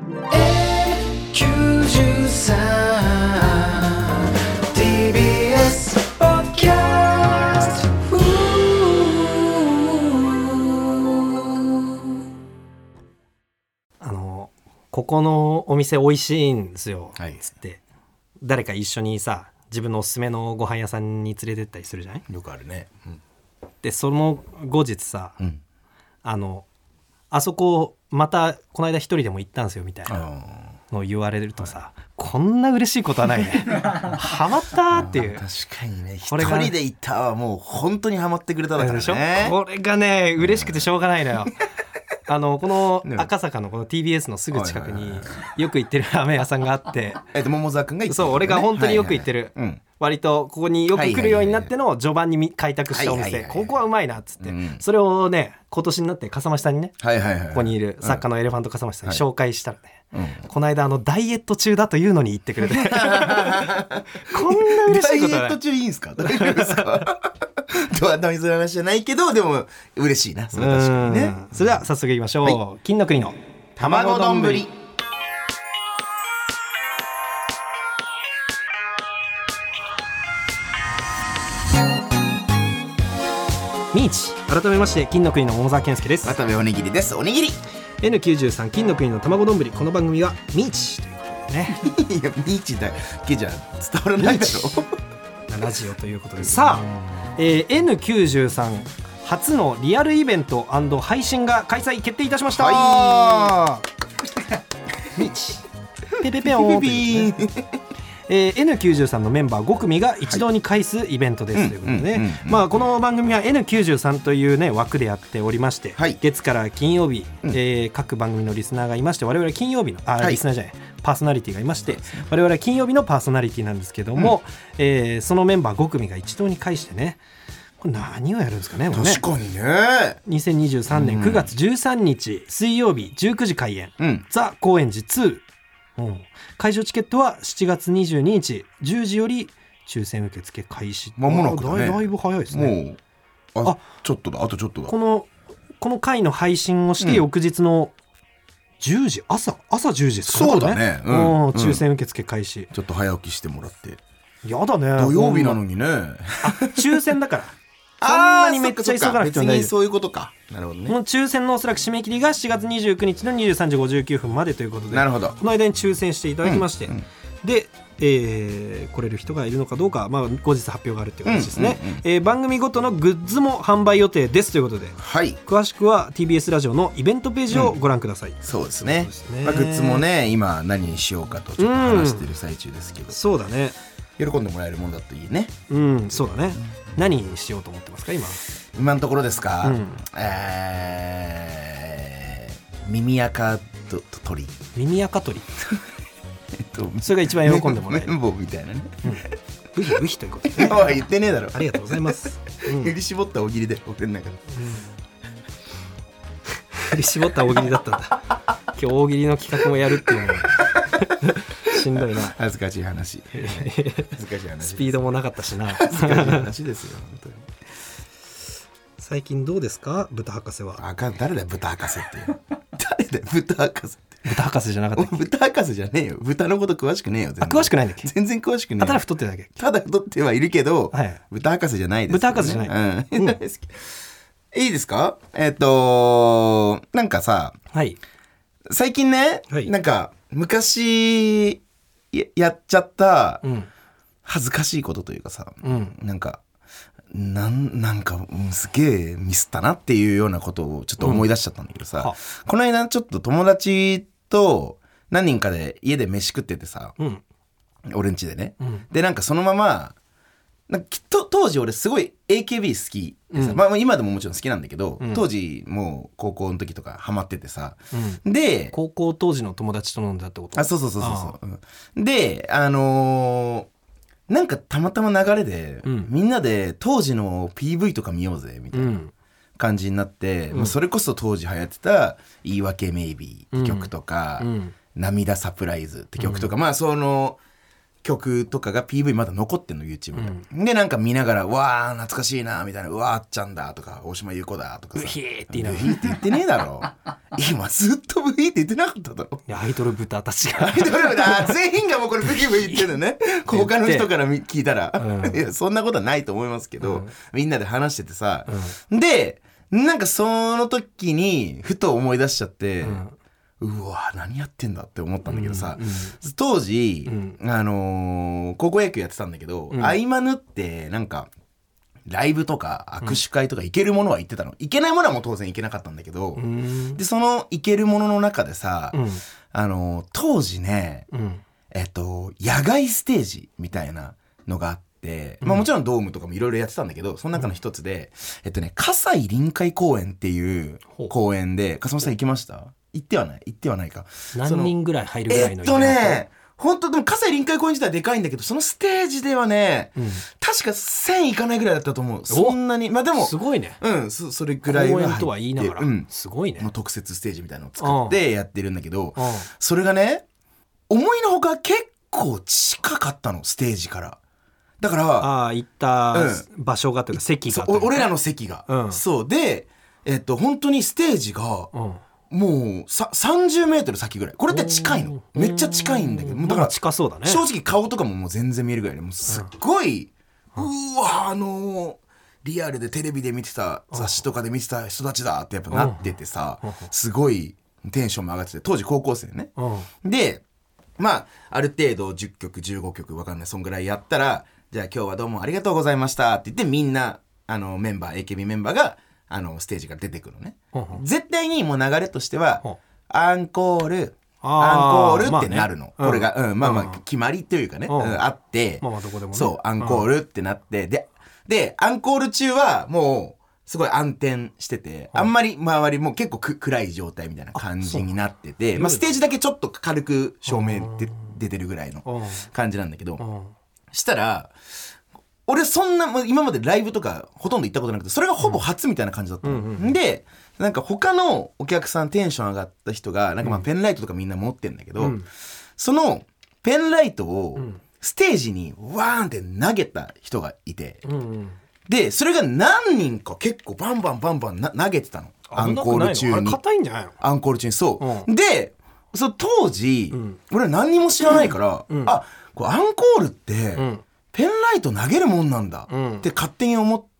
TBS ポッドキャスト。ここのお店美味しいんですよ、 はい、 つって誰か一緒にさ自分のおすすめのご飯屋さんに連れてったりするじゃない？ よくあるね、 でその後日さ、あそこまたこの間一人でも行ったんですよみたいなのを言われるとさ、こんな嬉しいことはないねハマったっていう。 確かにね、一人で行ったはもう本当にハマってくれただからね。 でしょ？これがね嬉しくてしょうがないのよこの赤坂のこの TBS のすぐ近くによく行ってるラーメン屋さんがあって桃沢くんが行ってる、ね、 そう俺が本当によく行ってる、割とここによく来るようになっての序盤に開拓したお店、ここはうまいなっつって、それをね今年になって笠間さんにね、ここにいる作家のエレファント笠間さんに紹介したらね、この間ダイエット中だというのに言ってくれてこんな嬉しいことはない。 ダイエット中いいんすか？大丈夫ですか？ドアダメズの話じゃないけどでも嬉しいな、それ確かにね。 それでは早速いきましょう、金の国の卵丼ぶり。 ミーチ、改めまして金の国の桃沢健介です。 渡部おにぎりです。おにぎり N93 金の国の卵丼ぶり。この番組はミーチということでねいやミーチだけじゃ伝わらないだろラジオということでさあ、N93 初のリアルイベント&配信が開催決定いたしました。ミーチペペペオーピーN93 のメンバー5組が一堂に会すイベントですということでね、この番組は N93 という、ね、枠でやっておりまして、月から金曜日、各番組のリスナーがいまして、我々金曜日のリスナーじゃないパーソナリティがいまして、我々金曜日のパーソナリティなんですけども、そのメンバー5組が一堂に会してね、これ何をやるんですかね。 確かにね。 2023年9月13日水曜日19時開演、ザ・高円寺2、会場チケットは7月22日10時より抽選受付開始。 間もなくだね。 だいぶ早いですね。 もうちょっとだ、あとちょっとだ。 この回の配信をして翌日の10時、朝10時ですかね。 そうだね、 抽選受付開始。 ちょっと早起きしてもらって。 やだね、 土曜日なのにね。 抽選だからそんなにめっちゃ急がなくても大丈夫。 別にそういうことか。なるほどね。 この抽選のおそらく締め切りが7月29日の23時59分までということで、 なるほど。 この間に抽選していただきまして、で、来れる人がいるのかどうか、後日発表があるという形ですね。番組ごとのグッズも販売予定ですということで、詳しくは TBS ラジオのイベントページをご覧ください。 そうですね。グッズもね今何にしようかとちょっと話してる最中ですけど、 そうだね、 喜んでもらえるもんだといいね。 そうだね。何にしようと思ってますか今のところですか？耳垢と鳥。 耳垢鳥それが一番喜んでもらえる。 綿棒みたいなね。 ブヒブヒということで、 言ってねえだろ。 ありがとうございます。 振り絞った大喜利で俺の中で。 振り絞った大喜利だったんだ。今日大喜利の企画もやるっていうのはしんどいな。 恥ずかしい話。 スピードもなかったしな。 恥ずかしい話ですよ本当に。 最近どうですか豚博士は。 誰だよ豚博士って。誰だよ豚博士って。 豚博士じゃなかったっけ？ 豚博士じゃねえよ。豚のこと詳しくねえよ。 詳しくないんだっけ？ 全然詳しくねえよ。 ただ太ってるだけ。 ただ太ってはいるけど、豚博士じゃないです、ね。 豚博士じゃない。 いいですか？なんかさ、最近ね、なんか昔 やっちゃった恥ずかしいことというかさ、なんかすげえミスったなっていうようなことをちょっと思い出しちゃったんだけどさ、この間ちょっと友達と何人かで家で飯食っててさ、俺ん家でね、でなんかそのままなんか当時俺すごい AKB 好きでさ、今でももちろん好きなんだけど、当時もう高校の時とかハマっててさ、で高校当時の友達と飲んだってこと？ そう、でなんかたまたま流れで、みんなで当時の PV とか見ようぜみたいな感じになって、それこそ当時流行ってた「言い訳メイビー」って曲とか、涙サプライズって曲とか、その曲とかが PV まだ残ってんの YouTube で、でなんか見ながらわー懐かしいなみたいな、うわーあっちゃんだとか大島優子だとかさ、 ブヒーって言いながらブヒーって言ってねえだろ今ずっとブヒーって言ってなかっただろ。 いやアイドル豚たちがアイドル豚全員がもうこれブヒブヒ言ってるのね他の人から聞いたら、いやそんなことはないと思いますけど、みんなで話しててさ、でなんかその時にふと思い出しちゃって、うわ何やってんだって思ったんだけどさ、当時、高校野球やってたんだけど、合間縫ってなんかライブとか握手会とか行けるものは行ってたの、行けないものはもう当然行けなかったんだけど、でその行けるものの中でさ、当時ね、野外ステージみたいなのがあって、まあもちろんドームとかもいろいろやってたんだけど、その中の一つで、葛西臨海公園っていう公園で、笠間さん行きました？行ってはないか。 何人ぐらい入るぐらいの本当でも葛西臨海公園自体でかいんだけど、そのステージではね、確か1000いかないぐらいだったと思う。そんなにまあでもすごいね。 それぐらいは入って、 公園とは言いながら、すごいね。 もう特設ステージみたいなのを作ってやってるんだけど、それがね思いのほか結構近かったの、ステージから。だから行った場所がというか席が、 俺らの席が、そうで本当にステージが、もう30メートル先ぐらい。これって近いの。めっちゃ近いんだけど。だから近そうだね。 正直顔とかももう全然見えるぐらいで、もうすっごい、うわリアルでテレビで見てた雑誌とかで見てた人たちだってやっぱなっててさ、すごいテンションも上がってて、当時高校生ね。で、まあある程度10曲15曲わかんないそんぐらいやったら、じゃあ今日はどうもありがとうございましたって言ってみんなメンバー AKB メンバーがステージから出てくるのね。絶対にもう流れとしてはアンコールってなるの、これがまあ決まりというかね、あって、 どこでもね、 そうアンコールってなって、でアンコール中はもうすごい暗転してて、あんまり周りも結構暗い状態みたいな感じになってて、まあステージだけちょっと軽く照明で出てるぐらいの感じなんだけど、したら俺そんな今までライブとかほとんど行ったことなくて、それがほぼ初みたいな感じだったの、でなんか他のお客さんテンション上がった人がなんかペンライトとかみんな持ってんだけど、そのペンライトをステージにワーンって投げた人がいて、でそれが何人か結構バンバン投げてたの、アンコール中に。 あれ硬いんじゃないの？ アンコール中にで当時、俺は何にも知らないから、あこれアンコールって、ペンライト投げるもんなんだって勝手に思って、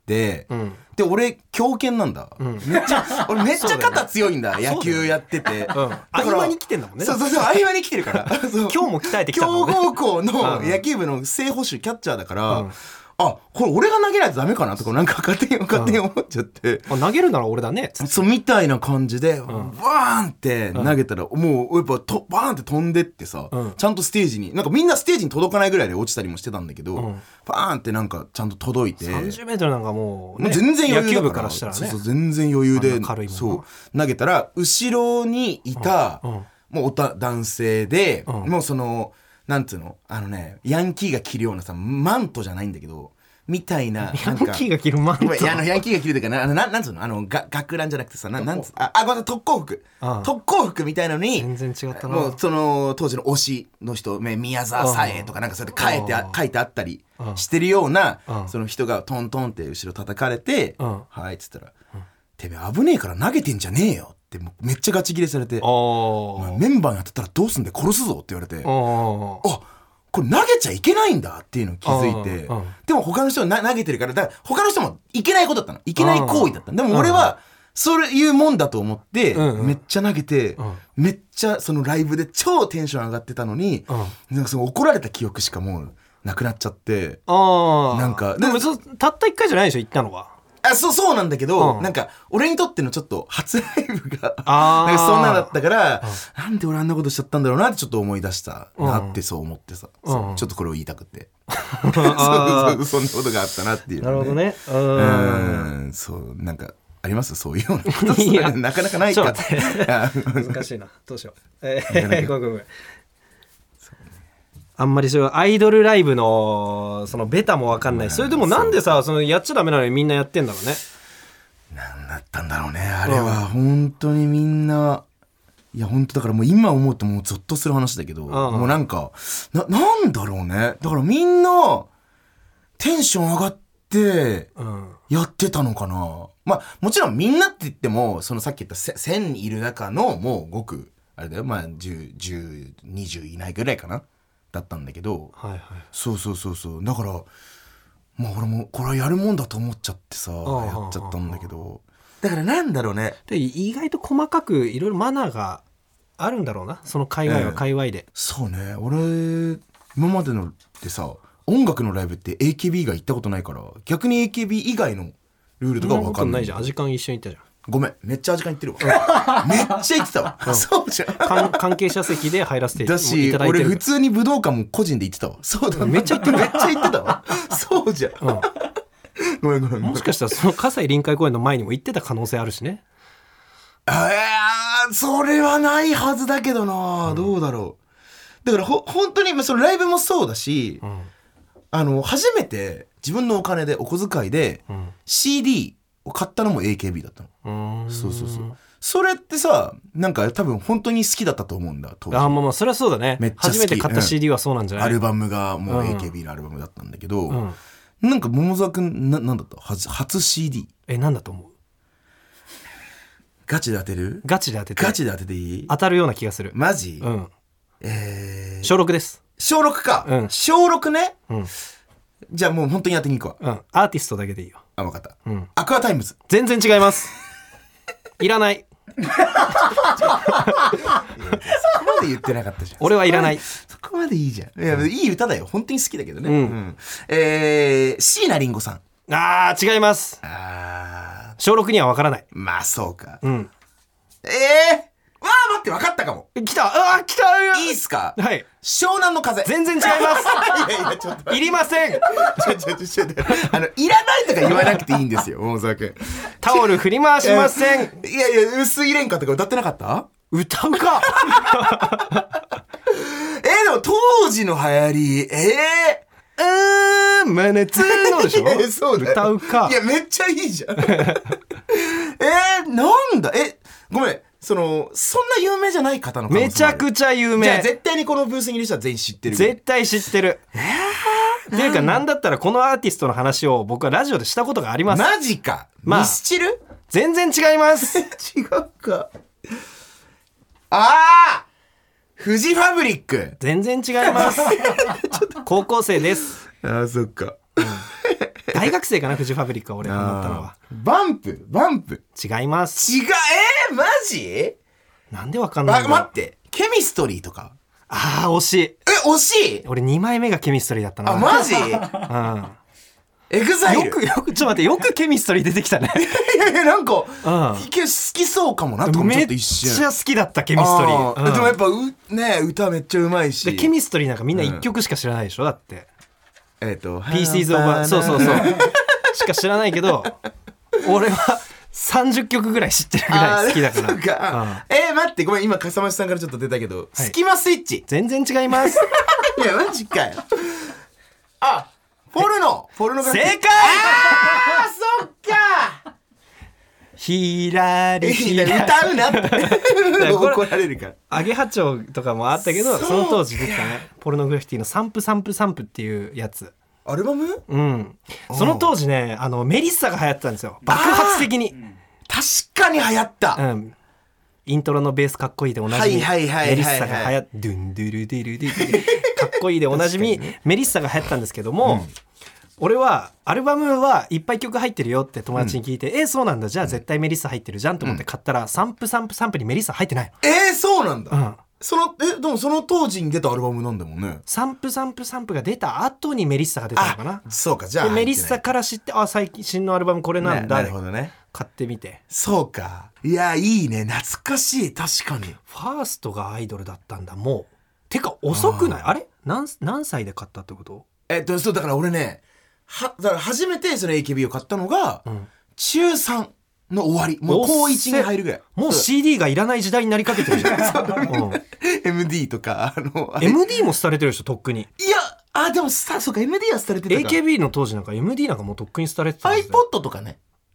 で俺強肩なんだ、俺めっちゃ肩強いんだ、野球やってて、だから合間に来てんだもんね。 そう合間に来てるから今日も鍛えてきたもんね。 強豪校の野球部の正捕手キャッチャーだから、あこれ俺が投げないとダメかなとかなんか勝手に思っちゃって、 投げるなら俺だねそうみたいな感じで、バーンって投げたら、もうやっぱバーンって飛んでってさ、ちゃんとステージになんかみんなステージに届かないぐらいで落ちたりもしてたんだけど、バーンってなんかちゃんと届いて、 30メートルなんかもう、ね、 全然余裕だから、 野球部からしたらね、 そう全然余裕でそう投げたら後ろにいた、もう男性で、もうそのなんつうのヤンキーが着るようなさマントじゃないんだけどみたいな、 ヤンキーが着るマント、 ヤンキーが着るというかなんつうの学ランじゃなくてさ、なんつうごめん特攻服みたいなのに全然違ったな。 もうその当時の推しの人宮沢さえとかなんかそうやって書いてあったりしてるようなその人がトントンって後ろ叩かれて、はいっつったら、てめえ危ねえから投げてんじゃねえよってめっちゃガチギレされて、メンバーに当たったらどうすんで殺すぞって言われて、これ投げちゃいけないんだっていうのを気づいて、でも他の人が投げてるから、だから他の人もいけないことだったの、いけない行為だったの。でも俺はそういうもんだと思ってめっちゃ投げて、めっちゃそのライブで超テンション上がってたのに、なんかその怒られた記憶しかもうなくなっちゃって、なんかでもたった1回じゃないでしょ行ったのが。 そうなんだけど、なんか俺にとってのちょっと初ライブがなんかそんなだったから、なんで俺あんなことしちゃったんだろうなってちょっと思い出したなってそう思ってさ、ちょっとこれを言いたくてそんなことがあったなっていう、 なるほどね。 そうなんかありますそういうようなことなかなかないかって難しいな、どうしよう。ごめんあんまりそういうアイドルライブのそのベタも分かんない。それでもなんでさそのやっちゃダメなのにみんなやってんだろうね。 なんだったんだろうねあれは、本当にみんないや本当だからもう今思うともうゾッとする話だけど、もうなんかなんだろうね。だからみんなテンション上がってやってたのかな。まあもちろんみんなって言ってもそのさっき言った1000いる中のもうごくあれだよ、まあ10、20いないぐらいかなだったんだけど、はいはい、そうだからまあ俺もこれはやるもんだと思っちゃってさ、やっちゃったんだけど、だからなんだろうね。 で意外と細かくいろいろマナーがあるんだろうな、その界隈は界隈で。 そうね、俺今までのってさ音楽のライブって AKB が行ったことないから逆に AKB 以外のルールとか分かんない。 じゃん。アジカン一緒に行ったじゃん。 ごめん、めっちゃアジカン行ってるわめっちゃ行ってたわ、そうじゃん。 関係者席で入らせていただいてる。 だし俺普通に武道館も個人で行ってたわ。そうだ、 めっちゃ行ってるめっちゃ行ってたわそうじゃん、ごめんもしかしたらその葛西臨海公園の前にも行ってた可能性あるしね。 それはないはずだけどな、どうだろう。だから本当にそのライブもそうだし、初めて自分のお金でお小遣いで CD を買ったのも AKB だったの。そうそれってさなんか多分本当に好きだったと思うんだ当時。 まあそれはそうだね。 めっちゃ好き。 初めて買った CD はそうなんじゃない。 アルバムがもう AKB のアルバムだったんだけど、なんか桃沢くんなんだった初 CD。 なんだと思う。 ガチで当てる？ ガチで当てて。 ガチで当てていい？ 当たるような気がする。 マジ？ 小6です。 小6か。小6ね。じゃあもう本当に当てに行くわ。 アーティストだけでいいよ。 分かった。アクアタイムズ。 全然違います。いらない。 そこまで言ってなかったじゃん。 俺はいらない。 そこまでいいじゃん。いや、いい歌だよ。本当に好きだけどね。椎名林檎さん。 違います。小6には分からない。 まあそうか。待って分かったかも。 来た。 いいっすか。 はい。 湘南の風。 全然違いますいやちょっといりません。 いらないとか言わなくていいんですよ桃沢君。 タオル振り回しません。 いや薄い連歌とか歌ってなかった？ 歌うかでも当時の流行り真夏のでしょそうだ歌うか。 いやめっちゃいいじゃんなんだごめんそんな有名じゃない方の可能性もある。 めちゃくちゃ有名。 じゃあ絶対にこのブースにいる人は全員知ってる。 絶対知ってる。っていうかなんだったらこのアーティストの話を僕はラジオでしたことがあります。 マジか。ミスチル？ 全然違います違うか。フジファブリック。 全然違います高校生です。 そっか、 大学生かなフジファブリックは俺が思ったのは。 バンプ違います。 マジ？ なんでわかんないの？ 待ってケミストリーとか。 惜しい。 惜しい。 俺2枚目がケミストリーだったな。 マジ？エグザイル。 よくちょっと待って、よくケミストリー出てきたねいやなんか、好きそうかもなと思って一瞬。 めっちゃ好きだったケミストリー。 でもやっぱ歌めっちゃうまいし。 でケミストリーなんかみんな1曲しか知らないでしょだって。Pieces of そうしか知らないけど俺は30曲ぐらい知ってるぐらい好きだから。 待ってごめん今笠間さんからちょっと出たけど、スキマスイッチ。 全然違いますいやマジかよ。フォルノ正解。 そっか。 ひらり歌うなって怒られるから。 アゲハチョウとかもあったけどその当時出てたねポルノグラフィティのサンプっていうやつ。 アルバム？ その当時ねメリッサが流行ってたんですよ爆発的に。 確かに流行った。 イントロのベースかっこいいでおなじみメリッサが流行ってドゥンドゥルデルデルかっこいいでおなじみメリッサが流行ったんですけども、俺はアルバムはいっぱい曲入ってるよって友達に聞いて、そうなんだじゃあ絶対メリッサ入ってるじゃんと思って買ったら、サンプにメリッサ入ってない。 そうなんだ。でもその当時に出たアルバムなんだもんね。 サンプが出た後にメリッサが出たのかな。 そうか。じゃあメリッサから知って最近のアルバムこれなんだ。 なるほどね。 買ってみて。 そうか。いやいいね懐かしい。確かにファーストがアイドルだったんだもう。てか遅くない？あれ何歳で買ったってこと？ そうだから俺ねだから初めてその AKB を買ったのが、中3の終わり。もう高1に入るぐらい。 もう CD がいらない時代になりかけてるじゃん MD とか MD も廃れてるでしょとっくに。 いやでもそうか MD は廃れてたか。 AKB の当時なんか MD なんかもうとっくに廃れてた。 iPod とかね。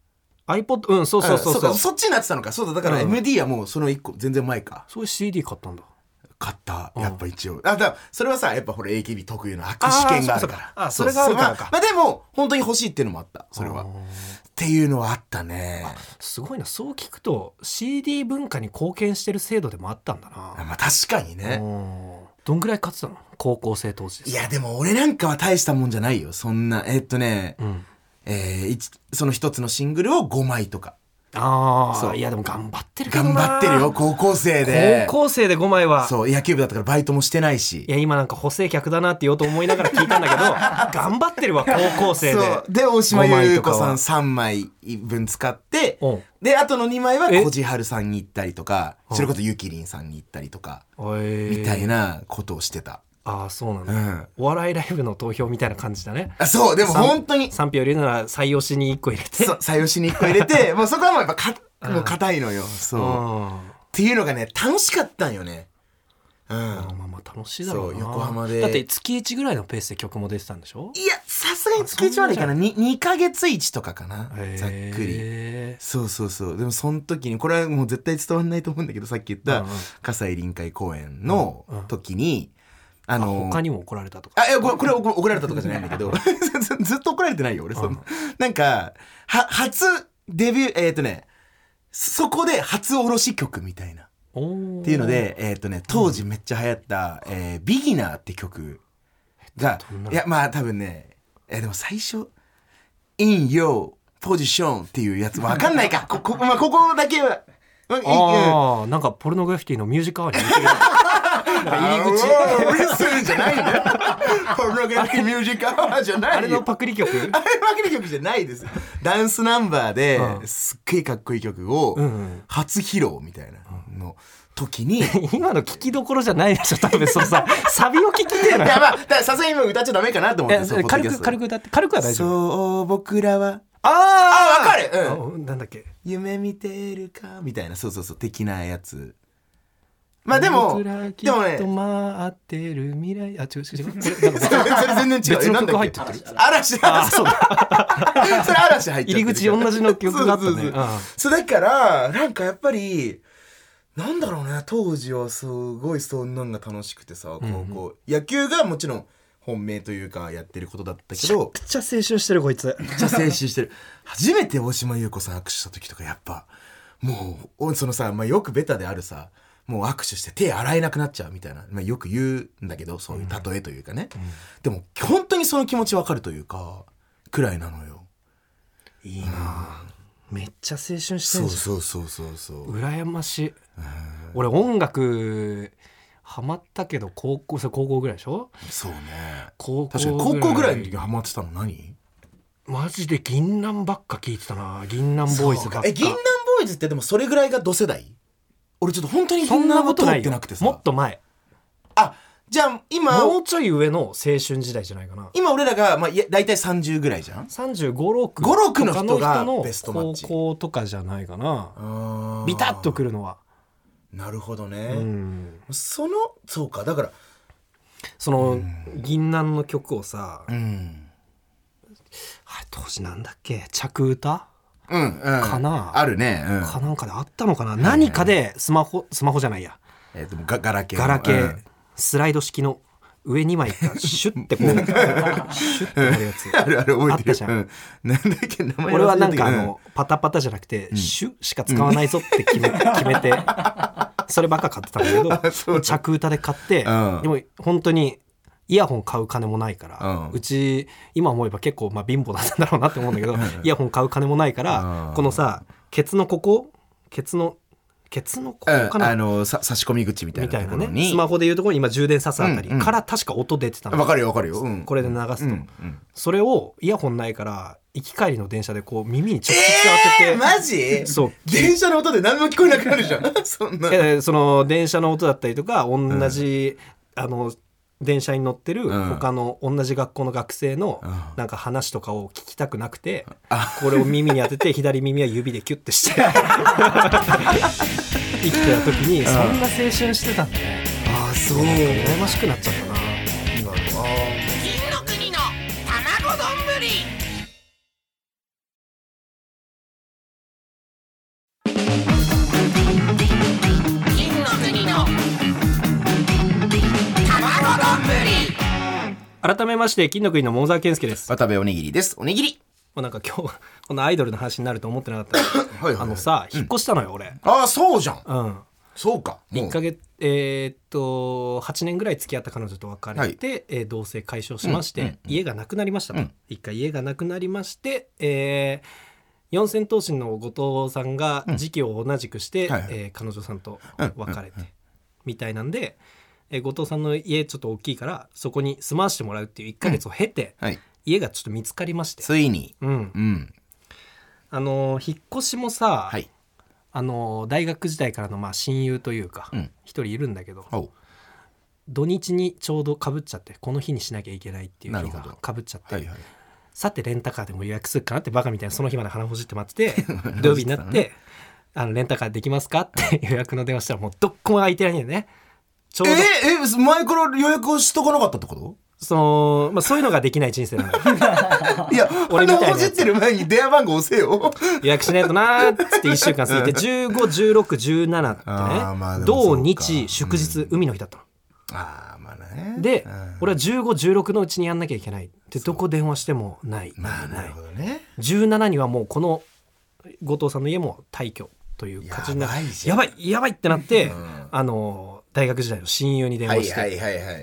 iPod うんそうそうそうそう、 そっちになってたのか。そうだ、だから MD はもうその1個全然前か。 そういう CD 買ったんだ。 買ったやっぱ一応。だからそれはさやっぱほら AKB 特有の握手券があるから。 それがあるからか。 まあでも本当に欲しいっていうのもあった、それは。っていうのはあったね。 すごいな、そう聞くと CD 文化に貢献してる制度でもあったんだな。 まあ確かにね。 どんぐらい買ってたの、高校生当時です。 いやでも俺なんかは大したもんじゃないよ、そんな。その一つのシングルを5枚とか。 いやでも頑張ってるけどな。 頑張ってるよ、高校生で。 高校生で5枚は。 そう、野球部だったからバイトもしてないし。 いや今なんか補正客だなって言おうと思いながら聞いたんだけど頑張ってるわ、高校生で。 そうで大島優子さん3枚分使って、であとの2枚は小路春さんに行ったりとか、それこそゆきりんさんに行ったりとかみたいなことをしてた。 そうなんだ、お笑いライブの投票みたいな感じだね。 そうでも本当に賛否を入れるなら採用しに1個入れて、 採用しに1個入れてもうそこはもうやっぱもう硬いのよ。そうっていうのがね楽しかったんよね。 まあ楽しいだろうな。 そう横浜でだって月1ぐらいのペースで曲も出てたんでしょ。 いやさすがに月1までかな、2ヶ月1とかかな、ざっくり。そうでもその時にこれはもう絶対伝わんないと思うんだけど、さっき言った葛西臨海公演の時に他にも怒られたとか。 これ怒られたとかじゃないんだけどずっと怒られてないよ俺。なんか初デビューそこで初おろし曲みたいなっていうので当時めっちゃ流行ったビギナーって曲が、いやまあ多分ねでも最初 In Your Position っていうやつわかんないかここだけはなんかポルノグラフィティのミュージックアワーに似てる入り口リスンじゃないんだよポルノグラフィティミュージックアワーじゃないよ。 あれのパクリ曲？ あれパクリ曲じゃないです。ダンスナンバーですっげえかっこいい曲を初披露みたいなの時に今の聞きどころじゃないでしょ多分。そうさサビを聞きてえな。 いやまあさすがに今歌っちゃダメかなと思って。 軽く歌って。軽くは大丈夫。 そう僕らはわかる。 なんだっけ、 夢見てるかみたいな、そう的なやつ。まあでもきっと待ってる未来、違うそれ全然違う。 別の曲入ってる。 嵐。そうだそれ嵐入っちゃってる。 入り口同じの曲があったね。 そうだからなんかやっぱりなんだろうね、当時はすごいそんなんが楽しくてさ、高校野球がもちろん本命というかやってることだったけど、 めちゃくちゃ青春してるこいつ。 めっちゃ青春してる。初めて大島優子さん握手した時とかやっぱもうそのさ、よくベタであるさ、もう握手して手洗えなくなっちゃうみたいな、よく言うんだけど、そういう例えというかね、でも本当にその気持ちわかるというかくらいなのよ。 いいな、めっちゃ青春してんじゃん。 そう羨ましい。俺音楽ハマったけど高校ぐらいでしょ。 そうね、 確かに高校ぐらいの時ハマってたの何？ マジで銀杏ばっか聞いてたな。銀杏ボーイズばっか。 銀杏ボーイズってでもそれぐらいが同世代？俺ちょっと本当にそんなことないよ。 通ってなくてさ。 もっと前。 じゃあ今もうちょい上の青春時代じゃないかな。 今俺らがだいたい30ぐらいじゃん。 35、6 5、6の人がベストマッチ。 高校とかじゃないかな。ビタッとくるのは。 なるほどね。そうか、だからその銀杏の曲をさ、当時なんだっけ、着歌かな、 あるね、 かなんかであったのかな、何かでスマホじゃないや、 ガラケー、スライド式の上2枚がシュッてこうシュッてなるやつある覚えてる。 あったじゃん。 なんだっけ名前。 俺はなんかパタパタじゃなくてシュしか使わないぞって決めてそればっか買ってたんだけど着歌で買って、でも本当にイヤホン買う金もないから、うち今思えば結構貧乏だったんだろうなって思うんだけどイヤホン買う金もないから、このさケツのここかな、 差し込み口みたいなところにスマホでいうところに今充電さすあたりから確か音出てたの。 わかるよ、 これで流すと、それをイヤホンないから行き帰りの電車でこう耳に直接当てて、 マジ？ そう、 電車の音で何も聞こえなくなるじゃんそんな。 その電車の音だったりとか同じ、電車に乗ってる他の同じ学校の学生のなんか話とかを聞きたくなくて、これを耳に当てて左耳は指でキュッてして生きてた時にそんな青春してたんで、そう羨ましくなっちゃったな今の。 金の国の卵丼ぶり。 改めまして金の国の桃沢健介です。 渡部おにぎりです。おにぎり。 もうなんか今日このアイドルの話になると思ってなかったはいはい、さ、引っ越したのよ、俺。 ああ、そうじゃん。 うん。 そうか。 1ヶ月8年ぐらい付き合った彼女と別れて、はい、同棲解消しまして、家がなくなりましたと。一回家がなくなりまして、四千頭身の後藤さんが時期を同じくして、彼女さんと別れて、みたいなんで、後藤さんの家ちょっと大きいからそこに住まわしてもらうっていう1ヶ月を経て、家がちょっと見つかりまして、 ついに、 引っ越しもさ、大学時代からのまあ親友というか一人いるんだけど、土日にちょうどかぶっちゃって、この日にしなきゃいけないっていう日がかぶっちゃって、さてレンタカーでも予約するかなってバカみたいなその日まで鼻ほじって待ってて土曜日になってレンタカーできますかって予約の電話したらもうどっこも空いてないんだよね。ちょうど前から予約をしとかなかったってこと？ そういうのができない人生なのいや、俺鼻ほじってる前に電話番号押せよ予約しないとなーっつって1週間過ぎて15、16、17ってね、土日祝日、海の日だったの。で、俺は15、16のうちにやんなきゃいけないで、どこ電話してもない。 なるほどね。 17にはもうこの後藤さんの家も退去という感じになって、やばいってなって、大学時代の親友に電話して、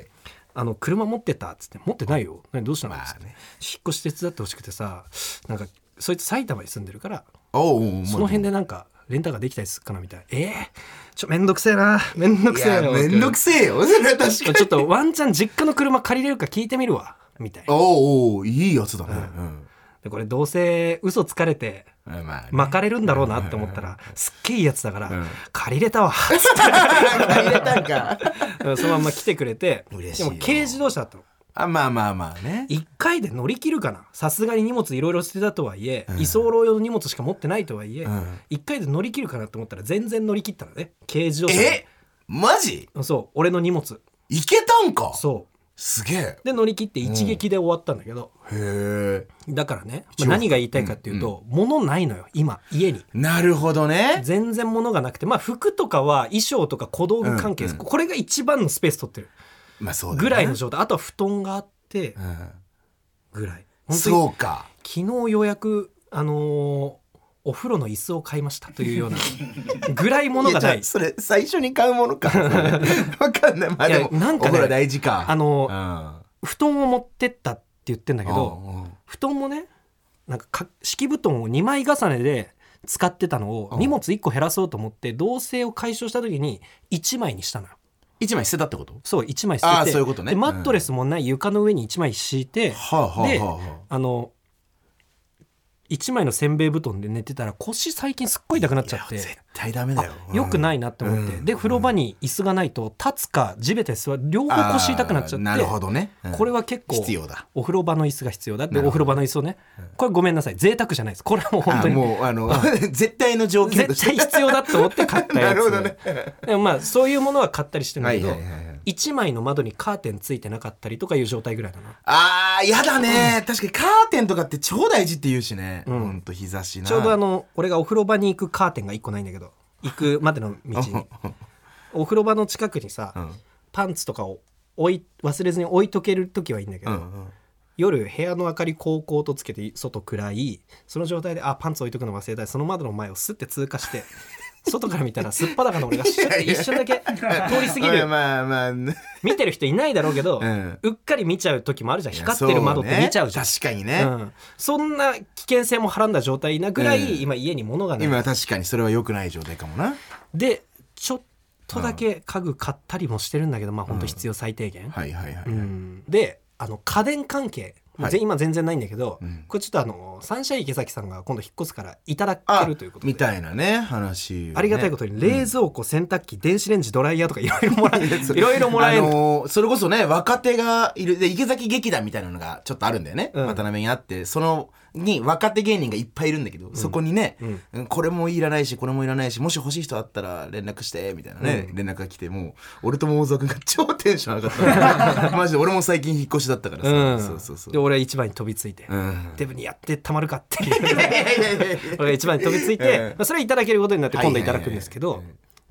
車持ってたっつって、持ってないよ、どうしたのっつって、引っ越し手伝ってほしくてさ、なんかそいつ埼玉に住んでるから、その辺でなんかレンタカーできたりするかなみたいな。めんどくせえな、めんどくせえよ、 めんどくせえよそれは確かに。 ちょっとワンチャン実家の車借りれるか聞いてみるわみたいな。 いいやつだね。 でこれどうせ嘘つかれて巻かれるんだろうなって思ったら、すっげえいいやつだから、借りれたわ借りれたんかそのまま来てくれて、でも軽自動車だったの。 まあね、 1回で乗り切るかな。さすがに荷物いろいろ捨てたとはいえ、居候用の荷物しか持ってないとはいえ、1回で乗り切るかなと思ったら全然乗り切ったのね、軽自動車。 マジ？ そう、俺の荷物いけたんか。 そう、 すげえ。 で乗り切って一撃で終わったんだけど、だからね、何が言いたいかっていうと、物ないのよ今家に。 なるほどね。 全然物がなくて、服とかは衣装とか小道具関係、これが一番のスペース取ってるぐらいの状態。あとは布団があってぐらい。 そうか。 昨日ようやくお風呂の椅子を買いましたというようなぐらいものがない。 それ最初に買うものか分かんない。でもなんか、ね、お風呂大事か。 布団を持ってったって言ってんだけど、布団もね、なんか敷布団を2枚重ねで使ってたのを荷物1個減らそうと思って同棲を解消した時に1枚にしたのよ。 1枚捨てたってこと？そう、 1枚捨てて、 そういうことね。 でマットレスもない床の上に1枚敷いて、で1枚のせんべい布団で寝てたら腰最近すっごい痛くなっちゃって、 絶対ダメだよ。 よくないなって思って、で風呂場に椅子がないと立つか地べたに座る両方腰痛くなっちゃって、 なるほどね、 これは結構必要だ。 お風呂場の椅子が必要だって。お風呂場の椅子をね、これごめんなさい、贅沢じゃないです、これはもう本当にもう絶対の条件として絶対必要だと思って買ったやつ。 なるほどね。 でもそういうものは買ったりしてるんだけど、1枚の窓にカーテンついてなかったりとかいう状態ぐらいだな。 やだね、確かにカーテンとかって超大事って言うしね、ほんと日差しな。 ちょうど俺がお風呂場に行くカーテンが1個ないんだけど、行くまでの道にお風呂場の近くにさ、パンツとかを忘れずに置いとける時はいいんだけど、夜部屋の明かりこうこうとつけて外暗いその状態でパンツ置いとくの忘れたい、その窓の前をスッて通過して外から見たらすっぱだかの俺が一瞬だけ通り過ぎる見てる人いないだろうけど、うっかり見ちゃう時もあるじゃん。光ってる窓って見ちゃうじゃん。 確かにね、 そんな危険性もはらんだ状態なぐらい、今家に物がない。 今確かにそれは良くない状態かもな。 でちょっとだけ家具買ったりもしてるんだけど、本当必要最低限。で家電関係今全然ないんだけど、これちょっとサンシャイン池崎さんが今度引っ越すからいただけるということで、 みたいなね話、 ありがたいことに冷蔵庫、洗濯機、電子レンジ、ドライヤーとかいろいろもらえるいろいろもらえる、 それこそね、若手がいるで池崎劇団みたいなのがちょっとあるんだよね、渡辺にあって、そのに若手芸人がいっぱいいるんだけど、そこにね、これもいらないしこれもいらないし、もし欲しい人あったら連絡してみたいなね、連絡が来て、もう俺と桃沢君が超テンション上がったマジで。俺も最近引っ越しだったからさ、 で俺は一番に飛びついて、デブにやってたまるかっていう俺が一番に飛びついて、それはいただけることになって今度いただくんですけど、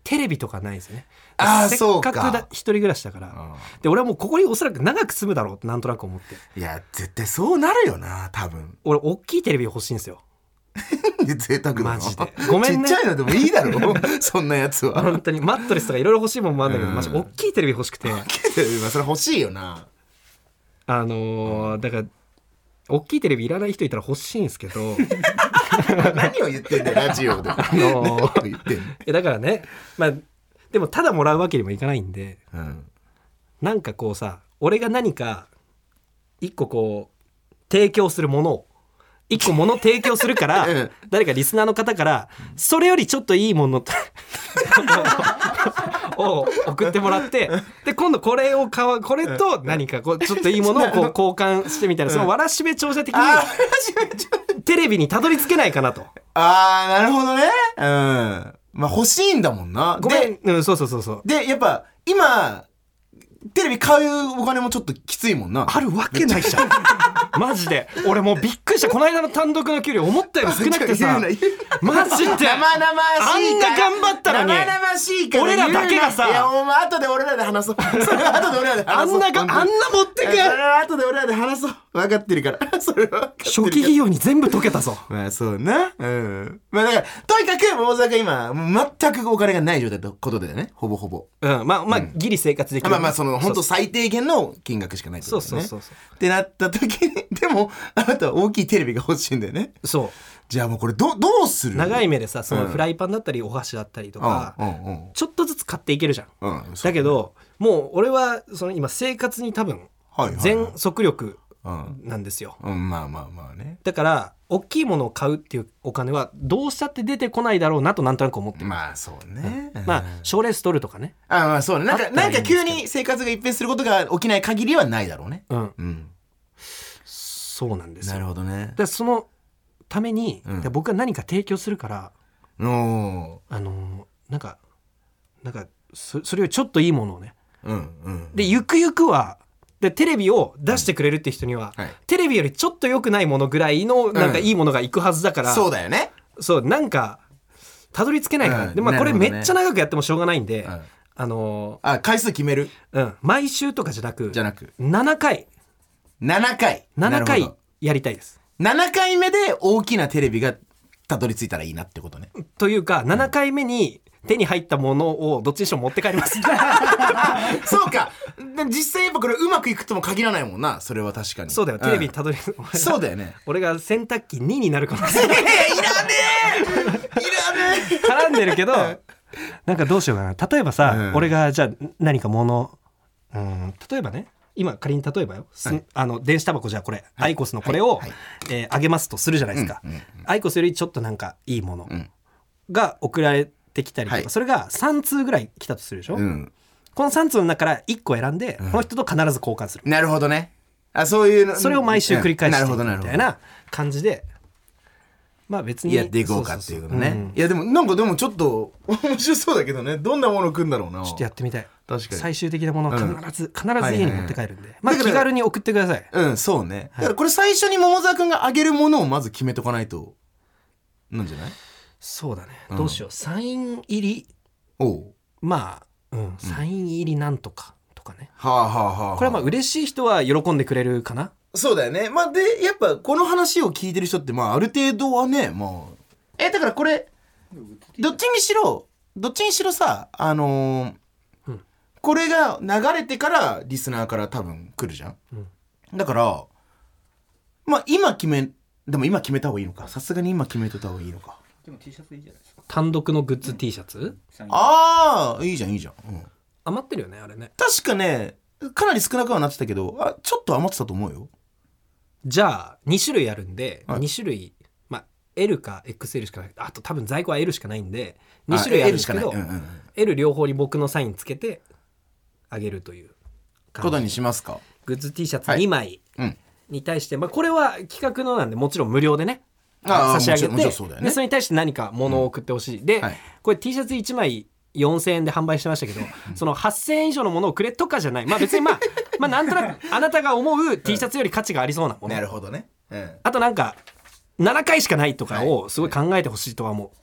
テレビとかないですよね。せっそうかかく一人暮らしだから、で俺はもうここにおそらく長く住むだろうってなんとなく思って。 いや絶対そうなるよな多分。 俺大きいテレビ欲しいんですよ。 贅沢だなマジで。ごめんね。 ちっちゃいのでもいいだろそんなやつは。 本当にマットレスとかいろいろ欲しいもんもあるんだけど、マジ大きいテレビ欲しくて。 大きいテレビはそれ欲しいよな。 だから大きいテレビいらない人いたら欲しいんですけど何を言ってんだよラジオで、何を言ってんの。 だからね、まあでもただもらうわけにもいかないんで、なんかこうさ、俺が何か一個こう提供するものを一個物提供するから、誰かリスナーの方からそれよりちょっといいものを送ってもらって、で今度これと何かこうちょっといいものをこう交換してみたいな、そのわらしべ長者的にテレビにたどり着けないかなと。 なるほどね。まあ欲しいんだもんな。 ごめん、そう。 でやっぱ今テレビ買うお金もちょっときついもんな。 あるわけないじゃんマジで俺もうびっくりした。この間の単独の給料思ったより少なくてさマジで生々しいあんな頑張ったのに生々しいから俺らだけがさ、 いやもう後で俺らで話そうそれ後で俺らで話そうあんな持ってく後で俺らで話そう分かってるからそれは初期費用に全部解けたぞ。 まあそうな。まあだからとにかく大阪今全くお金がない状態ってことだよね。ほぼほぼ。 まあギリ生活できる。 まあその本当最低限の金額しかないってことだよね。 そうってなった時にでもあなたは大きいテレビが欲しいんだよね。 そう。 じゃあもうこれどうする？ 長い目でさ、そのフライパンだったりお箸だったりとか、ちょっとずつ買っていけるじゃん。だけどもう俺はその今生活に多分全速力なんですよ。 まあね。 だから大きいものを買うっていうお金はどうしたって出てこないだろうなとなんとなく思ってる。 まあそうね。 まあ賞レース取るとかね。 まあそうね。なんか急に生活が一変することが起きない限りはないだろうね。 そうなんですよ。 なるほどね。 でそのために、僕が何か提供するからなんかそれよりちょっといいものをね、でゆくゆくはでテレビを出してくれるって人には、テレビよりちょっと良くないものぐらいのなんかいいものがいくはずだから、 そうだよね。 そうなんかたどり着けないから、でまあこれめっちゃ長くやってもしょうがないんで、 回数決める。 毎週とかじゃなく 7回やりたいです。 7回目で大きなテレビがたどり着いたらいいなってことね。 というか7回目に手に入ったものをどっちにしても持って帰りますそうか。実際やっぱこれうまくいくとも限らないもんな。それは確かにそうだよ。テレビにたどりそうだよね。 俺が洗濯機2になるかもしれない。 いらね絡んでるけどなんかどうしようかな。例えばさ、俺がじゃあ何か物例えばね、今仮に例えばよ、電子タバコじゃあこれ、アイコスのこれをあげますとするじゃないですか。アイコスよりちょっとなんかいいものが送られてきたりとか、それが3通ぐらい来たとするでしょ。この3通の中から1個選んで、この人と必ず交換する。 なるほどね。そういうの、 それを毎週繰り返していくみたいな感じで、まあ別にやっていこうかっていうことね。いやでもなんかちょっと面白そうだけどね。どんなもの来るんだろうな。 ちょっとやってみたい。 確かに最終的なものは必ず家に持って帰るんで、まあ気軽に送ってください。 そうね。だからこれ最初に桃沢くんがあげるものをまず決めとかないとなんじゃない？ そうだね。どうしよう。サイン入り。まあサイン入りなんとかとかね。これはまあ嬉しい人は喜んでくれるかな。 そうだよね。まあでやっぱこの話を聞いてる人ってまあある程度はね、まあだからこれどっちにしろさこれが流れてからリスナーから多分来るじゃん。だからまあ今決めた方がいいのか。さすがに今決めといた方がいいのか。 でも T シャツいいじゃないですか。 単独のグッズ T シャツ。 いいじゃん。 余ってるよねあれね。 確かねかなり少なくはなってたけど、ちょっと余ってたと思うよ。 じゃあ2種類あるんで、2種類、まあ L か XL しかない。あと多分在庫は L しかないんで2種類あるんですけど、L 両方に僕のサインつけてあげるということにしますか。 グッズ T シャツ2枚に対して、まあこれは企画のなんでもちろん無料でね差し上げて、でそれに対して何か物を送ってほしい。でこれ T シャツ1枚4000円で販売してましたけど、その8000円以上のものをくれとかじゃない。まあ別にまあなんとなくあなたが思う T シャツより価値がありそうなもの。 なるほどね。 あとなんか 7回しかないとかをすごい考えてほしいとは思う、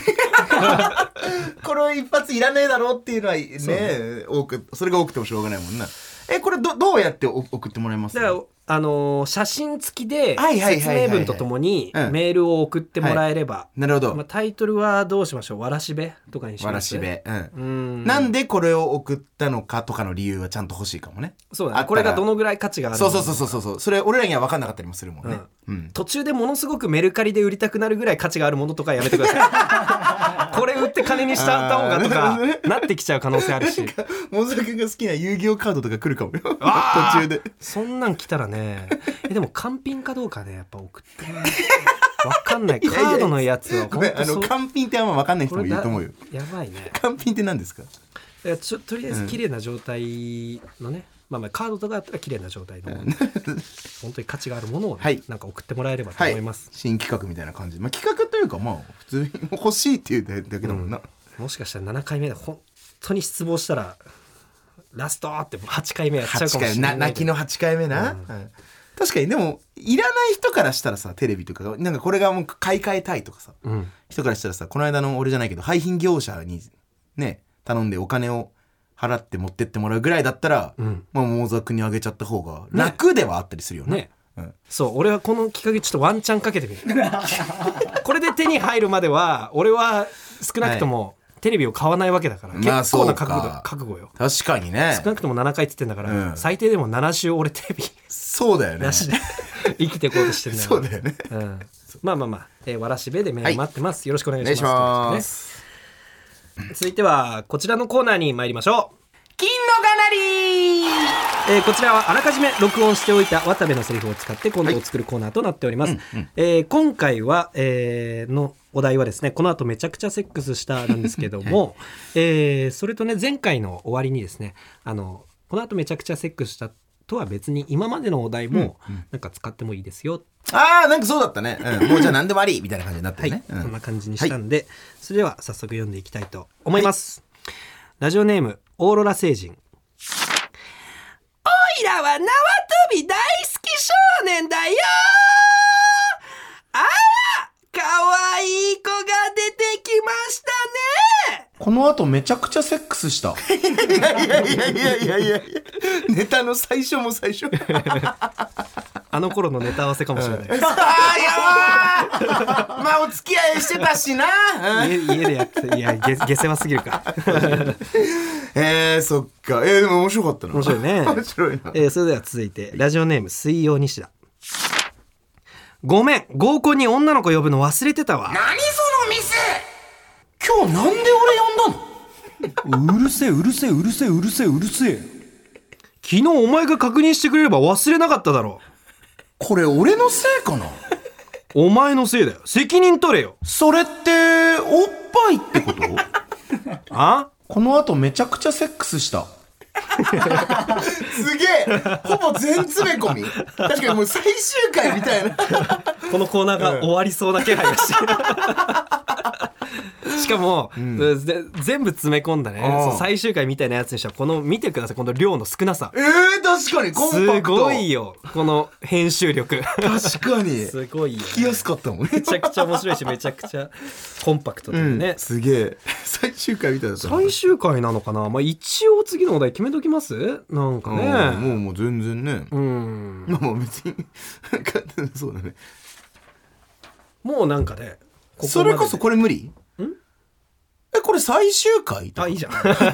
これ一発いらねえだろっていうのはね、それが多くてもしょうがないもんな。これどうやって送ってもらいます？ だから写真付きで説明文とともにメールを送ってもらえれば、 なるほど、 タイトルはどうしましょう？わらしべとかにします。 わらしべ、なんでこれを送ったのかとかの理由はちゃんと欲しいかもね。 そうだね、これがどのぐらい価値があるのか。 そうそれ俺らには分かんなかったりもするもんね、 途中でものすごくメルカリで売りたくなるぐらい価値があるものとかやめてくださいこれ売って金にしちゃった方がとかなってきちゃう可能性あるしモズラ君が好きな遊戯王カードとか来るかもよ途中で。 そんなん来たらねでも完品かどうかねやっぱ送って分かんないカードのやつは本当完品ってあんま分かんない人もいると思うよ。やばいね。 完品って何ですか？ とりあえず綺麗な状態のね、まあカードとかだったら綺麗な状態の本当に価値があるものを、ね、なんか送ってもらえればと思います、 新企画みたいな感じ、企画というか普通に欲しいっていうだけだもんな、 もしかしたら7回目で本当に失望したらラストって8回目やっちゃうかもしれない。 泣きの8回目な、確かに。でもいらない人からしたらさ、テレビとかなんかこれがもう買い替えたいとかさ、人からしたらさ、この間の俺じゃないけど廃品業者にね頼んでお金を払って持ってってもらうぐらいだったら、モーザ君にあげちゃった方が楽ではあったりするよね。 そう俺はこの企画ちょっとワンチャンかけてみるこれで手に入るまでは俺は少なくとも、テレビを買わないわけだから、結構な覚悟よ。 確かにね。 少なくとも7回って言ってんだから、最低でも7週俺テレビそうだよねなしで生きていこうとしてるんだよ。 そうだよね、 まあわらしべでメール待ってます、よろしくお願いします。 続いてはこちらのコーナーに参りましょう。金のがなり、こちらはあらかじめ録音しておいた渡部のセリフを使ってコントを作るコーナーとなっております、今回は、のお題はですね、この後めちゃくちゃセックスしたなんですけども、それとね前回の終わりにですね、この後めちゃくちゃセックスしたとは別に今までのお題もなんか使ってもいいですよ、 なんかそうだったね、もうじゃあ何でもありみたいな感じになってるね、 そんな感じにしたんで、それでは早速読んでいきたいと思います、ラジオネームオーロラ星人。おいらは縄跳び大好き少年だよ。あらかわいい子が出てきましたね。 この後めちゃくちゃセックスした。いやネタの最初も最初あの頃のネタ合わせかもしれない、 まあお付き合いしてたしな家でやって、いや下世話すぎるかそっか。でも面白かったな。 面白いね面白いな。 それでは続いてラジオネーム水曜西田。ごめん、合コンに女の子呼ぶの忘れてたわ。 何そのミス。今日なんで俺呼んだのうるせえ昨日お前が確認してくれれば忘れなかっただろ。 これ俺のせいかな。 お前のせいだよ、責任取れよ。 それっておっぱいってことあ？ この後めちゃくちゃセックスした。すげえ、ほぼ全詰め込み。確かにもう最終回みたいなこのコーナーが終わりそうな気配がしてるしかも、全部詰め込んだね、最終回みたいなやつにしたら、この見てください、この量の少なさ。 確かにコンパクト。 すごいよこの編集力。 確かにすごいよ、ね、 聞きやすかったもんね。 めちゃくちゃ面白いし、めちゃくちゃコンパクトでね、 すげえ。最終回みたいだった。 最終回なのかな。一応次のお題決めときます。なんかね、 もう全然ね、まあ別にそうだね。 もうなんかね、 それこそこれ無理？これ最終回？ いいじゃん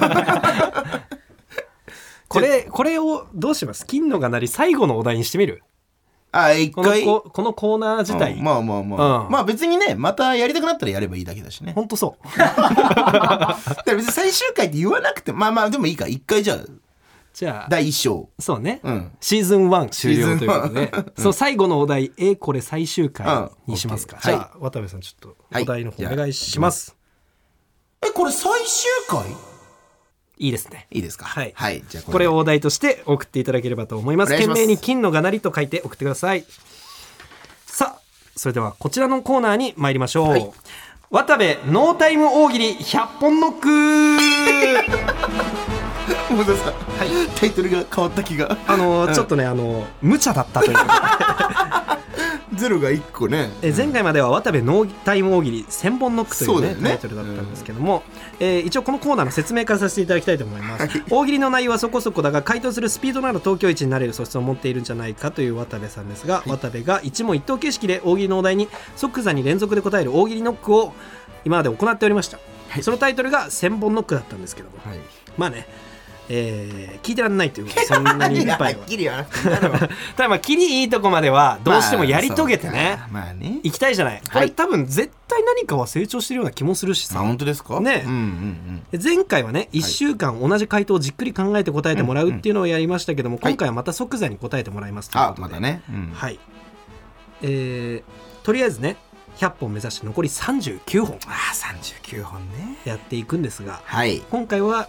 これをどうします？金のがなり最後のお題にしてみる？ 一回このコーナー自体、 まあ別にね、またやりたくなったらやればいいだけだしね。 ほんとそうだから別に最終回って言わなくてまあでもいいか。一回じゃあ第1章、 そうね、シーズン1終了ということで、そう最後のお題、これ最終回にしますか。じゃあ渡部さんちょっとお題の方お願いします。 これ最終回？ いいですね。 いいですか。 はい。 じゃあこれをお題として送っていただければと思います。懸命に金のがなりと書いて送ってください。さあ、それではこちらのコーナーに参りましょう。渡部ノータイム大喜利100本ノックもうさ、タイトルが変わった気がちょっとね無茶だったというゼロが1個ね。 前回までは渡部ノータイム大喜利1000本ノックという、ねタイトルだったんですけども、一応このコーナーの説明からさせていただきたいと思います、大喜利の内容はそこそこだが回答するスピードのある東京一になれる素質を持っているんじゃないかという渡部さんですが、渡部が一問一答形式で大喜利のお題に即座に連続で答える大喜利ノックを今まで行っておりました、そのタイトルが1000本ノックだったんですけども、まあね聞いてらんないということでそんなにいっぱいはただまあキリいいとこまではどうしてもやり遂げてね、行きたいじゃない。これ多分絶対何かは成長してるような気もするしさ。 本当ですかね、前回はね1週間同じ回答をじっくり考えて答えてもらうっていうのをやりましたけども、今回はまた即座に答えてもらいますということで、 またね、 はい、とりあえずね100本目指して残り39本 39本ねやっていくんですが、 今回は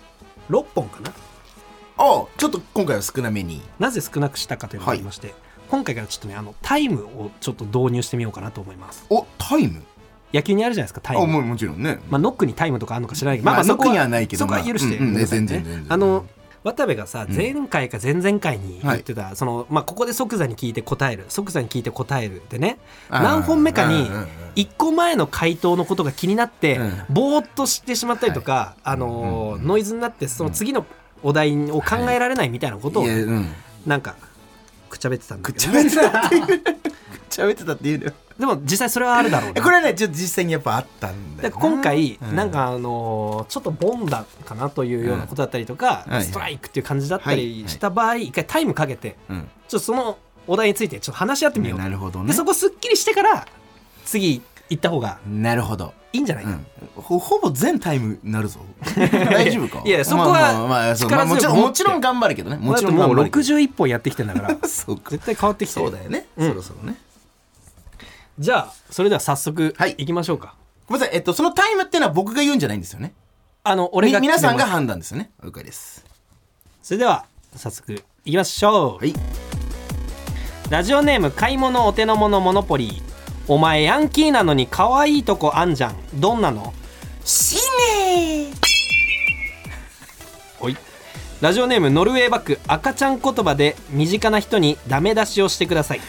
6本かな。 ちょっと今回は少なめに。 なぜ少なくしたかというのがありまして、今回からちょっとねタイムをちょっと導入してみようかなと思います。 タイム？ 野球にあるじゃないですかタイム。 もちろんね。 ノックにタイムとかあるのか知らないけど、 ノックにはないけど、 そこは許して全然渡部がさ前回か前々回に言ってた、ここで即座に聞いて答えるでね、何本目かに1個前の回答のことが気になってぼーっとしてしまったりとか、ノイズになってその次のお題を考えられないみたいなことをなんかくっちゃべってたんだけど、くっちゃべってたっていうの。 でも実際それはあるだろうね。 これはねちょっと実際にやっぱあったんだよな。 今回なんかちょっとボンだかなというようなことだったりとか、ストライクっていう感じだったりした場合、一回タイムかけてちょっとそのお題についてちょっと話し合ってみよう。 なるほどね。 でそこすっきりしてから次行った方がなるほどいいんじゃないか。 ほぼ全タイムになるぞ。大丈夫か？ いやそこは力強くもちろん頑張るけどね。もちろんもう61本やってきてんだからそうか絶対変わってきてる。 そうだよね、そろそろね。 じゃあそれでは早速いきましょうか。 ごめんなさい、そのタイムっていうのは僕が言うんじゃないんですよね。 俺が皆さんが判断ですよね。了解です。 それでは早速いきましょう。ラジオネーム買い物お手の物モノポリー。お前ヤンキーなのに可愛いとこあんじゃん。どんなの？ 死ねー。 おい。ラジオネームノルウェーバック。赤ちゃん言葉で身近な人にダメ出しをしてください。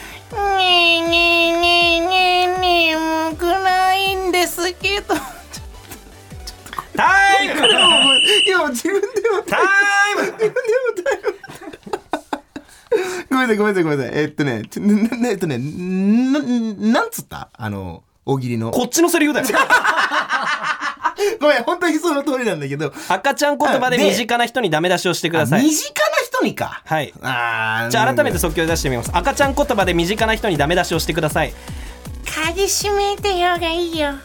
眠くないんですけど。 タイム。 今自分でもタイム。 ごめんなさい。なんつった？大喜利の。 こっちのセリフだよ。 ごめん、本当にその通りなんだけど。 赤ちゃん言葉で身近な人にダメ出しをしてください。 身近な人にか。 はい。じゃあ改めて即興で出してみます。赤ちゃん言葉で身近な人にダメ出しをしてください。 鍵閉めてよがいいよ。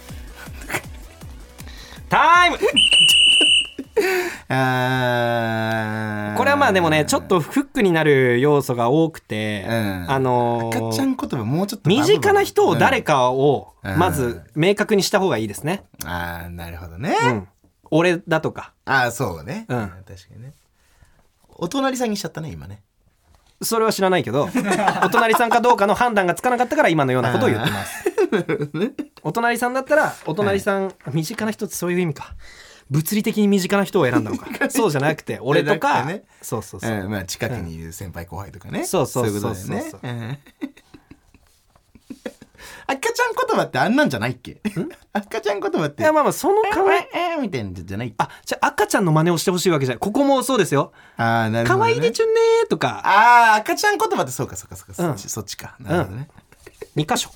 タイム。これはまあでもねちょっとフックになる要素が多くて、 赤ちゃん言葉もうちょっと身近な人を誰かをまず明確にした方がいいですね。 なるほどね、 俺だとか。 そうね、確かにね。お隣さんにしちゃったね今ね。 それは知らないけどお隣さんかどうかの判断がつかなかったから今のようなことを言ってます。お隣さんだったらお隣さん、身近な人ってそういう意味か。物理的に身近な人を選んだのか。そうじゃなくて俺とか、ね、そう、 近くにいる先輩後輩とかね、 そういうことだよね。赤ちゃん言葉ってあんなんじゃないっけ？赤ちゃん言葉って。 いやまあその考えみたいなんじゃない。 じゃあ赤ちゃんの真似をしてほしいわけじゃない。ここもそうですよ。 なるほどね。 可愛いでちゅねーとか。 赤ちゃん言葉ってそうか、そっちか。なるほどね。 2箇所。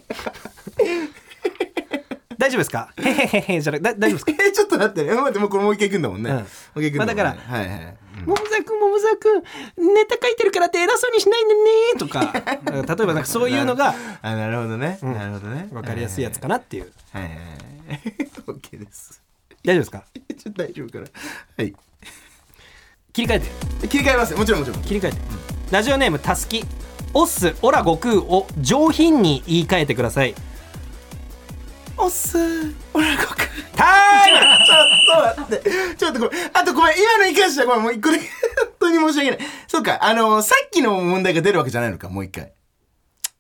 大丈夫ですか？へへへへじゃなくて大丈夫ですか？ ちょっと待ってね。待って、もうこれもう一回行くんだもんね。 だからももざくんネタ書いてるからって偉そうにしないでねとか例えばなんかそういうのがなるほどね。なるほどね。 わかりやすいやつかなっていう。 OK です。 大丈夫ですか？ 大丈夫かな。はい。 切り替えます。もちろん。 切り替えて。ラジオネームたすき。オスオラ悟空を上品に言い換えてください。 オスオラ悟空。 タイム。 ちょっとごめん。あとごめん。今のに関してはごめん。もう一個だけ。本当に申し訳ない。そうか。さっきの問題が出るわけじゃないのか。もう一回。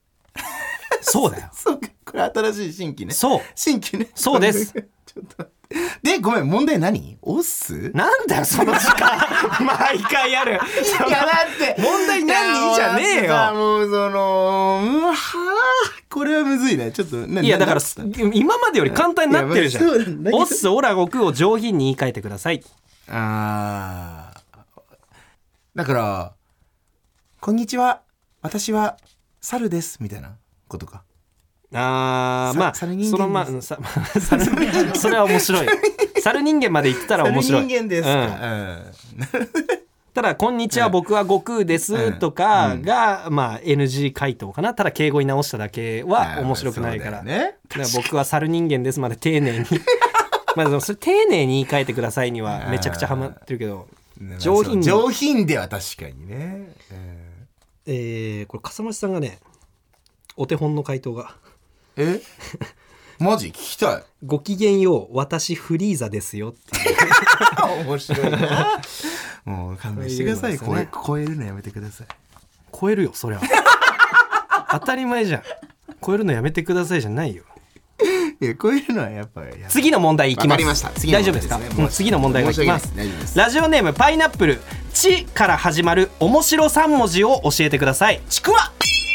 そうだよ。 そうか。これ新しい新規ね。 そう。 新規ね。 そうです。 ちょっと待って。 でごめん、問題何？オッス？ なんだよその時間毎回やる。いやだって問題何じゃねえよ。 もうそのこれはむずいね。ちょっといやだから今までより簡単になってるじゃん。オッスオラ悟空を上品に言い換えてください。 だからこんにちは、私は猿ですみたいなことか。 まあそのそれは面白い。猿人間まで言ってたら面白い。 猿人間ですか、 ただこんにちは、僕は悟空ですとかが、まあ NG 回答かな。ただ敬語に直しただけは面白くないから、だから僕は猿人間ですまで丁寧にまあそれ丁寧に言い換えてくださいにはめちゃくちゃハマってるけど、上品では確かにね。 これ笠間さんがね、お手本の回答がマジ聞きたい。 ごきげんよう、私フリーザですよっていう面白いな。もう勘弁してください。超えるのやめてください。 超えるよそりゃ当たり前じゃん。超えるのやめてくださいじゃないよ。 いや超えるのはやっぱり。次の問題いきます。 わかりました。 大丈夫ですか？次の問題がいきます。ラジオネームパイナップル、ちから始まる面白3文字を教えてください。ちくわ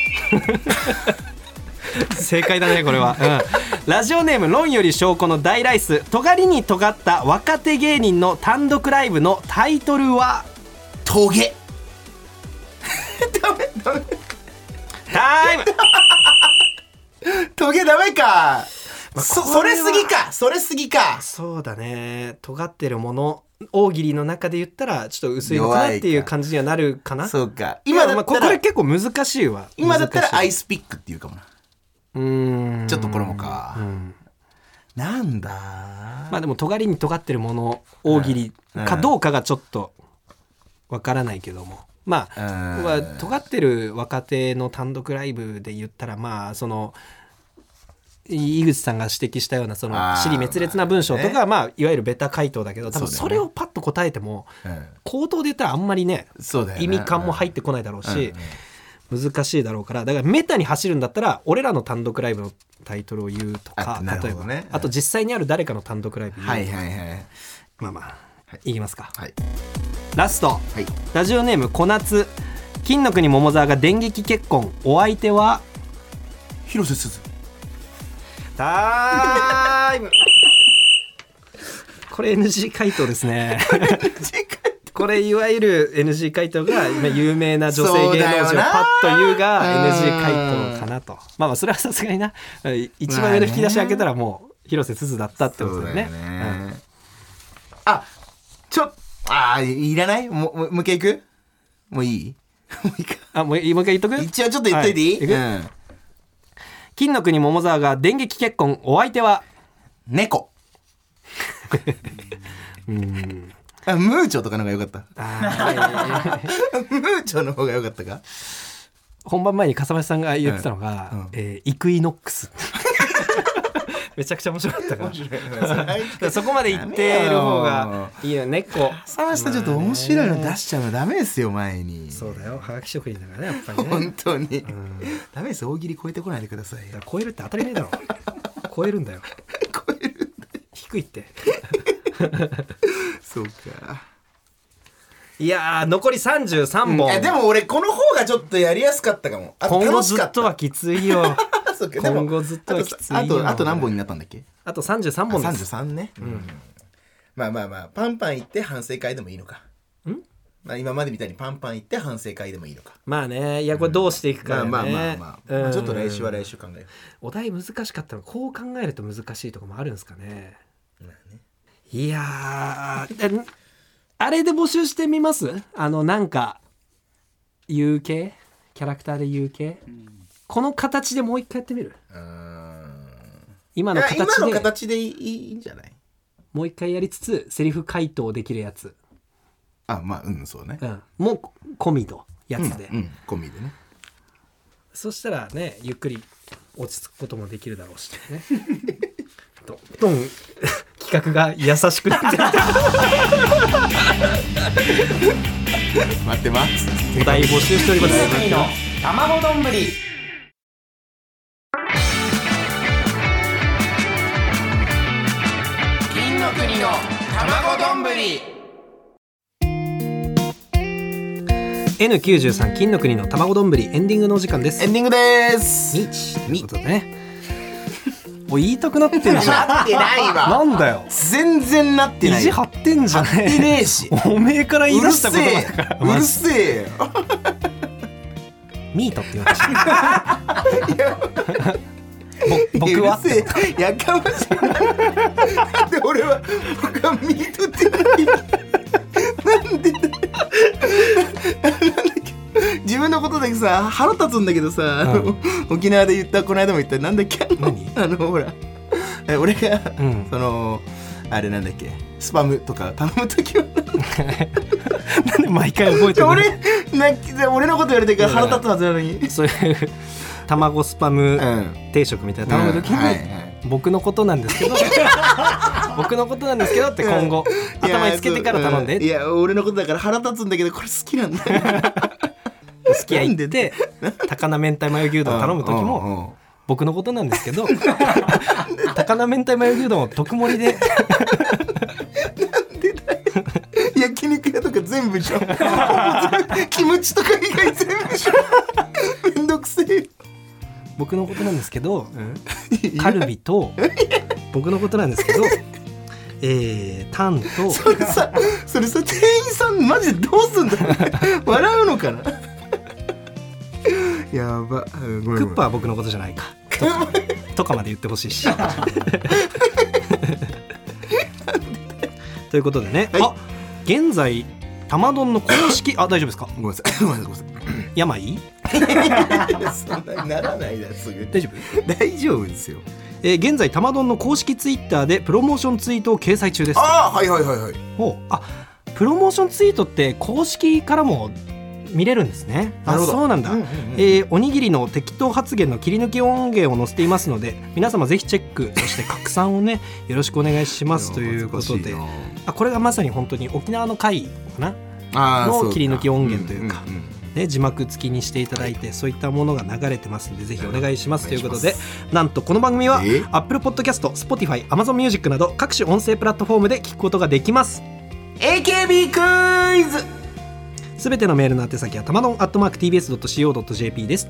正解だねこれは、ラジオネーム論より証拠の大ライス、尖りに尖った若手芸人の単独ライブのタイトルはトゲダメタイムトゲダメか、それすぎか。 そうだね、尖ってるもの、大喜利の中で言ったらちょっと薄いのかなっていう感じにはなるかな。 そうか。今だったらこれ結構難しいわ。 今だったらアイスピックっていうかもな。ちょっとこれもか、なんだ。 まあでも尖りに尖ってるもの、大喜利かどうかがちょっとわからないけども、まあ尖ってる若手の単独ライブで言ったら、まあその井口さんが指摘したようなその尻滅裂な文章とか、まあいわゆるベタ回答だけど、多分それをパッと答えても口頭で言ったらあんまりね意味感も入ってこないだろうし、難しいだろうから、だからメタに走るんだったら俺らの単独ライブのタイトルを言うとか、例えばあと実際にある誰かの単独ライブ言うとか、まあまあいきますか。ラスト、ラジオネーム小夏、金の国桃沢が電撃結婚、お相手は広瀬すず。 タイムこれ NG 回答ですねこれいわゆる NG 回答が今有名な女性芸能人をパッと言うが NG 回答かなと。まあまあそれはさすがにな、一番上の引き出し開けたらもう広瀬すずだったってことだよね。 いらない？もう一回いく？もういい？もういいか。 もう一回言っとく？ 一応ちょっと言っといていい？ 金の国桃沢が電撃結婚、お相手は猫ムーチョとかの方が良かったムーチョの方が良かったか。 本番前に笠間さんが言ってたのが、イクイノックスめちゃくちゃ面白かったからそこまで言ってる方がいいよ。猫笠間さんちょっと面白いの出しちゃうのダメですよ。前にそうだよ、はがき職人だからね、やっぱりね。 本当に、ダメです。大喜利超えてこないでください。 超えるって当たり前だろ超えるんだよ超えるんだよ、 低いってそうか。 いやー残り33本、 でも俺この方がちょっとやりやすかったかも。 今後ずっとはきついよ今後ずっとはきついよ。あと何本になったんだっけ？ あと33本です。 33ね、まあパンパン言って反省会でもいいのか。まあ今までみたいにパンパン言って反省会でもいいのか。 まあね、いやこれどうしていくかだよね。 ちょっと来週は来週考えよう。 お題難しかったのこう考えると難しいとこもあるんですかね。いやーあれで募集してみます？なんか言う系キャラクターで言う系、この形でもう一回やってみる？今の形でいいんじゃない？ もう一回やりつつセリフ回答できるやつ。 そうね、 もう込みのやつで、 込みでね。 そしたらねゆっくり落ち着くこともできるだろうしねどん企画が優しくなって待ってます。 お題募集しております。 金の国の卵丼ぶり。金のり N93 金の国の卵丼エンディングのお時間です。 エンディングですミーチということでねもう言いたくなってんじゃんなってないわなんだよ全然なってない意地張ってんじゃね張ってねえしおめえから言い出した言葉だからうるせえよミートって言われた僕はうるせえやかましいなんで俺は僕はミートって言わないなんでだよ自分のことだけさ腹立つんだけどさ、沖縄で言ったこの間も言ったなんだっけほら俺が、そのあれなんだっけスパムとか頼むときはなんで毎回覚えてるの俺のこと言われてから腹立つはずなのにそういう卵スパム定食みたいな頼むときに、僕のことなんですけど僕のことなんですけどって今後頭につけてから頼んでいや俺のことだから腹立つんだけどこれ好きなんだよ好きや言って高菜明太マヨ牛丼を頼む時も僕のことなんですけど高菜明太マヨ牛丼を特盛りでなんでだよ焼肉屋とか全部じゃんキムチとか以外全部じゃんめんどくせえ僕のことなんですけどカルビと僕のことなんですけどタンとそれさ店員さんマジでどうすんだ笑うのかなやばごめんクッパは僕のことじゃないかとかまで言ってほしいしということでね、はい、現在玉丼の公式大丈夫ですかごめんなさい病そんなにならないだすぐ大丈夫大丈夫ですよ。 現在玉丼の公式ツイッターでプロモーションツイートを掲載中です。 はいプロモーションツイートって公式からも見れるんですね。そうなんだ、おにぎりの適当発言の切り抜き音源を載せていますので皆様ぜひチェックそして拡散をねよろしくお願いしますということでこれがまさに本当に沖縄の会かなの切り抜き音源というか字幕付きにしていただいてそういったものが流れてますのでぜひお願いしますということでなんとこの番組は Apple Podcast、Spotify、Amazon Music など各種音声プラットフォームで聞くことができます。 AKB クイズすべてのメールの宛先はたまどん@tbs.co.jp です。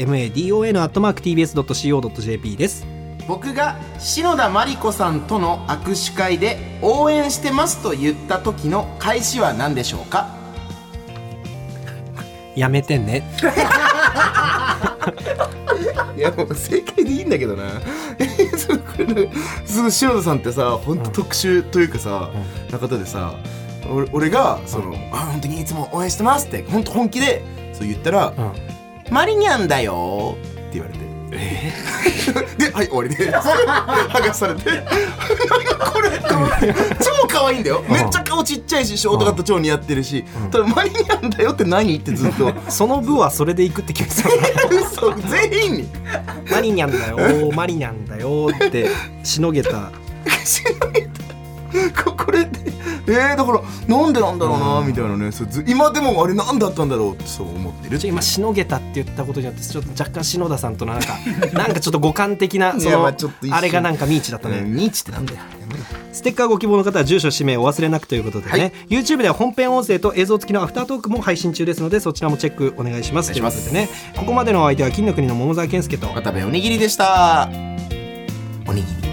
tamadon@tbs.co.jp です。 僕が篠田麻里子さんとの握手会で応援してますと言った時の返しは何でしょうか？ やめてねいやもう正解でいいんだけどな篠田さんってさ本当特殊というかさ、な方でさ俺が本当にいつも応援してますって本当本気でそう言ったら、マリニャンだよって言われてではい終わりで剥がされて何これって思って超可愛いんだよめっちゃ顔ちっちゃいしショートカット超似合ってるしただマリニャンだよって何ってずっとその部はそれで行くって決めてた嘘全員にマリニャンだよマリニャンだよってしのげたこれってだからなんでなんだろうなみたいなね今でもあれなんだったんだろうってそう思ってる。 今しのげたって言ったことによってちょっと若干篠田さんとなんかちょっと五感的なあれがなんかミーチだったね。 ミーチってなんだよ。 ステッカーご希望の方は住所氏名お忘れなくということでね、YouTube では本編音声と映像付きのアフタートークも配信中ですのでそちらもチェックお願いしますということでね、ここまでのお相手は金の国の桃沢健介と渡部おにぎりでした。おにぎり